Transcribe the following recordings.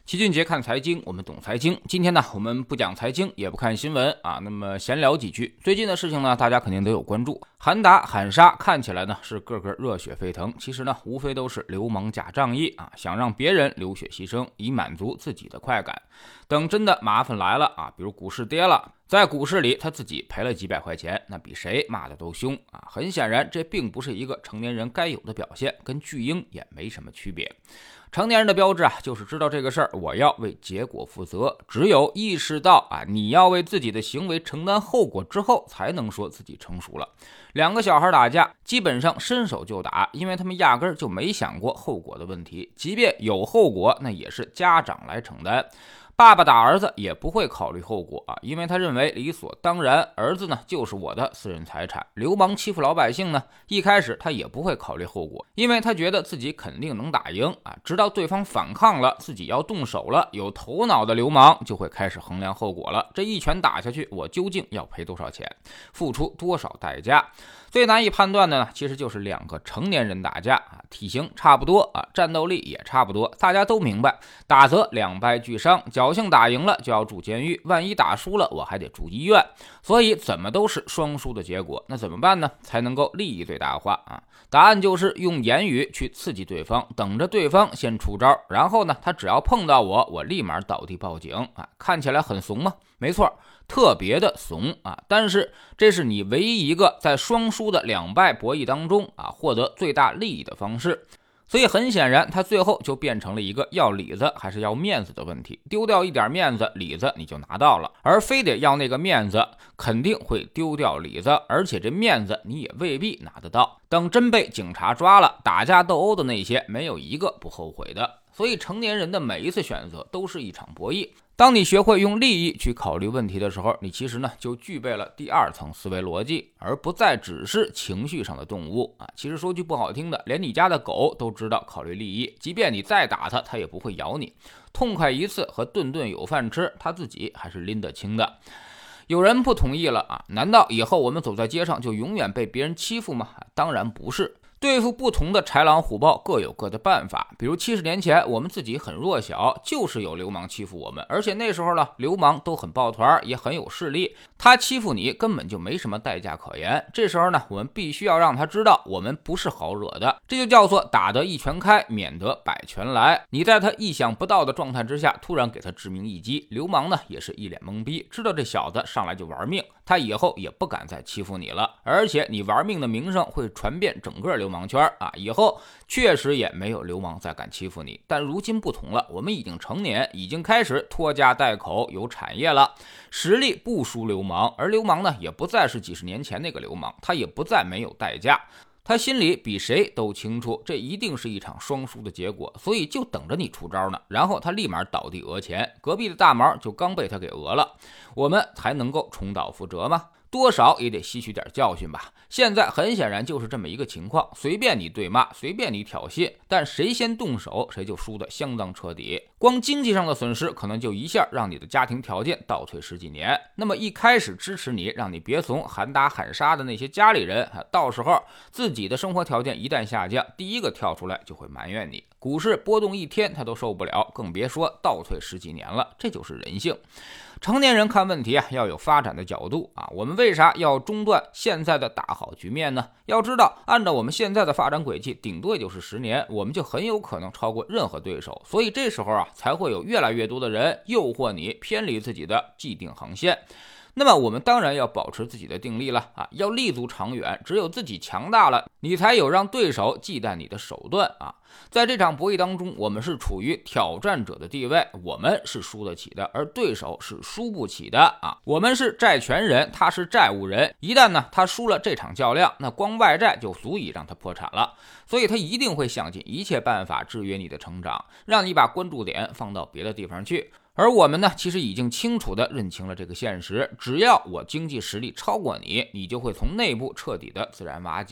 齐俊杰看财经，我们懂财经。今天呢，我们不讲财经，也不看新闻啊，那么闲聊几句。最近的事情呢，大家肯定都有关注。喊打喊杀，看起来呢是个个热血沸腾，其实呢，无非都是流氓假仗义啊，想让别人流血牺牲，以满足自己的快感。等真的麻烦来了啊，比如股市跌了，在股市里他自己赔了几百块钱，那比谁骂的都凶啊！很显然，这并不是一个成年人该有的表现，跟巨婴也没什么区别。成年人的标志啊，就是知道这个事儿我要为结果负责。只有意识到啊，你要为自己的行为承担后果之后，才能说自己成熟了。两个小孩打架，基本上伸手就打，因为他们压根儿就没想过后果的问题。即便有后果，那也是家长来承担。爸爸打儿子也不会考虑后果啊，因为他认为理所当然，儿子呢就是我的私人财产。流氓欺负老百姓呢，一开始他也不会考虑后果，因为他觉得自己肯定能打赢啊。直到对方反抗了，自己要动手了，有头脑的流氓就会开始衡量后果了。这一拳打下去，我究竟要赔多少钱，付出多少代价？最难以判断的呢，其实就是两个成年人打架啊，体型差不多啊，战斗力也差不多，大家都明白，打则两败俱伤，侥幸打赢了就要住监狱，万一打输了我还得住医院，所以怎么都是双输的结果。那怎么办呢？才能够利益最大化啊？答案就是用言语去刺激对方，等着对方先出招，然后呢，他只要碰到我立马倒地报警啊！看起来很怂吗？没错，特别的怂啊！但是这是你唯一一个在双输的两败博弈当中啊获得最大利益的方式。所以很显然，他最后就变成了一个要里子还是要面子的问题。丢掉一点面子，里子你就拿到了；而非得要那个面子，肯定会丢掉里子，而且这面子你也未必拿得到。等真被警察抓了，打架斗殴的那些，没有一个不后悔的。所以成年人的每一次选择都是一场博弈。当你学会用利益去考虑问题的时候，你其实呢就具备了第二层思维逻辑，而不再只是情绪上的动物啊。其实说句不好听的，连你家的狗都知道考虑利益，即便你再打它，它也不会咬你。痛快一次和顿顿有饭吃，它自己还是拎得清的。有人不同意了啊？难道以后我们走在街上就永远被别人欺负吗？当然不是。对付不同的豺狼虎豹各有各的办法，比如70年前我们自己很弱小，就是有流氓欺负我们，而且那时候呢，流氓都很抱团，也很有势力，他欺负你根本就没什么代价可言。这时候呢，我们必须要让他知道我们不是好惹的，这就叫做打得一拳开，免得百拳来。你在他意想不到的状态之下突然给他致命一击，流氓呢也是一脸懵逼，知道这小子上来就玩命，他以后也不敢再欺负你了，而且你玩命的名声会传遍整个流氓圈啊！以后确实也没有流氓再敢欺负你。但如今不同了，我们已经成年，已经开始拖家带口，有产业了，实力不输流氓，而流氓呢也不再是几十年前那个流氓，他也不再没有代价。他心里比谁都清楚，这一定是一场双输的结果，所以就等着你出招呢。然后他立马倒地讹钱，隔壁的大毛就刚被他给讹了，我们还能够重蹈覆辙吗？多少也得吸取点教训吧。现在很显然就是这么一个情况，随便你对骂，随便你挑衅，但谁先动手，谁就输得相当彻底。光经济上的损失，可能就一下让你的家庭条件倒退10几年。那么一开始支持你，让你别怂，喊打喊杀的那些家里人，到时候自己的生活条件一旦下降，第一个跳出来就会埋怨你。股市波动一天他都受不了，更别说倒退10几年了。这就是人性。成年人看问题啊，要有发展的角度啊。我们为啥要中断现在的大好局面呢？要知道，按照我们现在的发展轨迹，顶多也就是10年，我们就很有可能超过任何对手。所以这时候啊，才会有越来越多的人诱惑你偏离自己的既定航线。那么我们当然要保持自己的定力了啊，要立足长远。只有自己强大了，你才有让对手忌惮你的手段啊。在这场博弈当中，我们是处于挑战者的地位，我们是输得起的，而对手是输不起的啊。我们是债权人，他是债务人，一旦呢他输了这场较量，那光外债就足以让他破产了。所以他一定会想尽一切办法制约你的成长，让你把关注点放到别的地方去。而我们呢，其实已经清楚地认清了这个现实，只要我经济实力超过你，你就会从内部彻底的自然瓦解。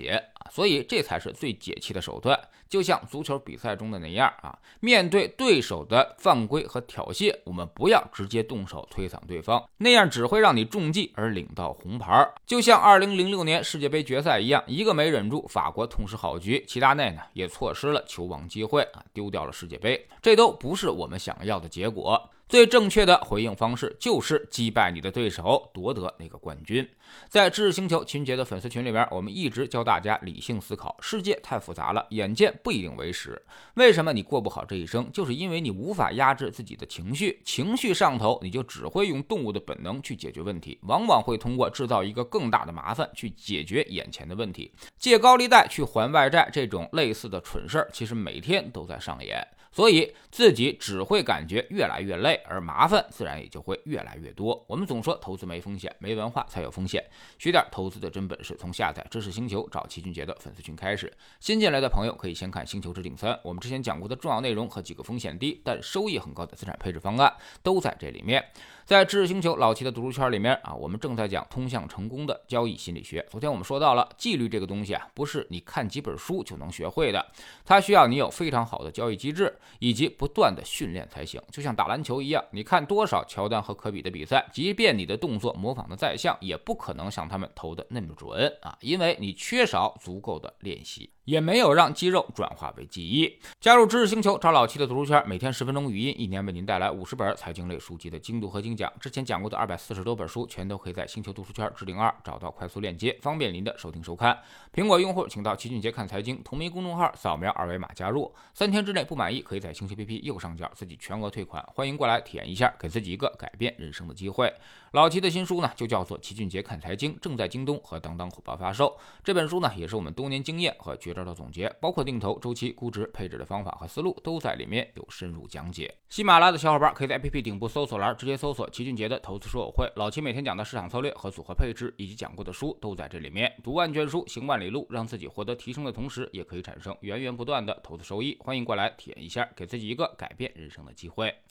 所以这才是最解气的手段。就像足球比赛中的那样面对对手的犯规和挑衅，我们不要直接动手推搡对方，那样只会让你中计而领到红牌。就像2006年世界杯决赛一样，一个没忍住，法国痛失好局，齐达内呢也错失了球王机会丢掉了世界杯，这都不是我们想要的结果。最正确的回应方式就是击败你的对手，夺得那个冠军。在知识星球秦杰的粉丝群里边，我们一直教大家理性思考，世界太复杂了，眼见不一定为实。为什么你过不好这一生，就是因为你无法压制自己的情绪，情绪上头，你就只会用动物的本能去解决问题，往往会通过制造一个更大的麻烦去解决眼前的问题。借高利贷去还外债这种类似的蠢事儿，其实每天都在上演。所以自己只会感觉越来越累，而麻烦自然也就会越来越多。我们总说投资没风险，没文化才有风险，学点投资的真本事，从下载知识星球找齐俊杰的粉丝群开始。新进来的朋友可以先看星球置顶3，我们之前讲过的重要内容和几个风险低但收益很高的资产配置方案都在这里面。在知识星球老齐的读书圈里面我们正在讲通向成功的交易心理学。昨天我们说到了纪律这个东西不是你看几本书就能学会的，它需要你有非常好的交易机制以及不断的训练才行。就像打篮球一样，你看多少乔丹和科比的比赛，即便你的动作模仿的再像，也不可能像他们投的那么准因为你缺少足够的练习，也没有让肌肉转化为记忆。加入知识星球找老七的读书圈，每天10分钟语音，一年为您带来50本财经类书籍的精读和精讲。之前讲过的240多本书全都可以在星球读书圈置顶2找到快速链接，方便您的收听收看。苹果用户请到齐俊杰看财经同名公众号，扫描二维码加入，3天之内不满意可以在星球 APP 右上角自己全额退款，欢迎过来体验一下，给自己一个改变人生的机会。老齐的新书呢就叫做齐俊杰看财经，正在京东和当当火爆发售。这本书呢也是我们多年经验和绝招的总结，包括定投、周期、估值、配置的方法和思路都在里面有深入讲解。喜马拉雅的小伙伴可以在 APP 顶部搜索栏直接搜索齐俊杰的投资书友会，老齐每天讲的市场策略和组合配置以及讲过的书都在这里面。读万卷书，行万里路，让自己获得提升的同时，也可以产生源源不断的投资收益。欢迎过来体验一下，给自己一个改变人生的机会。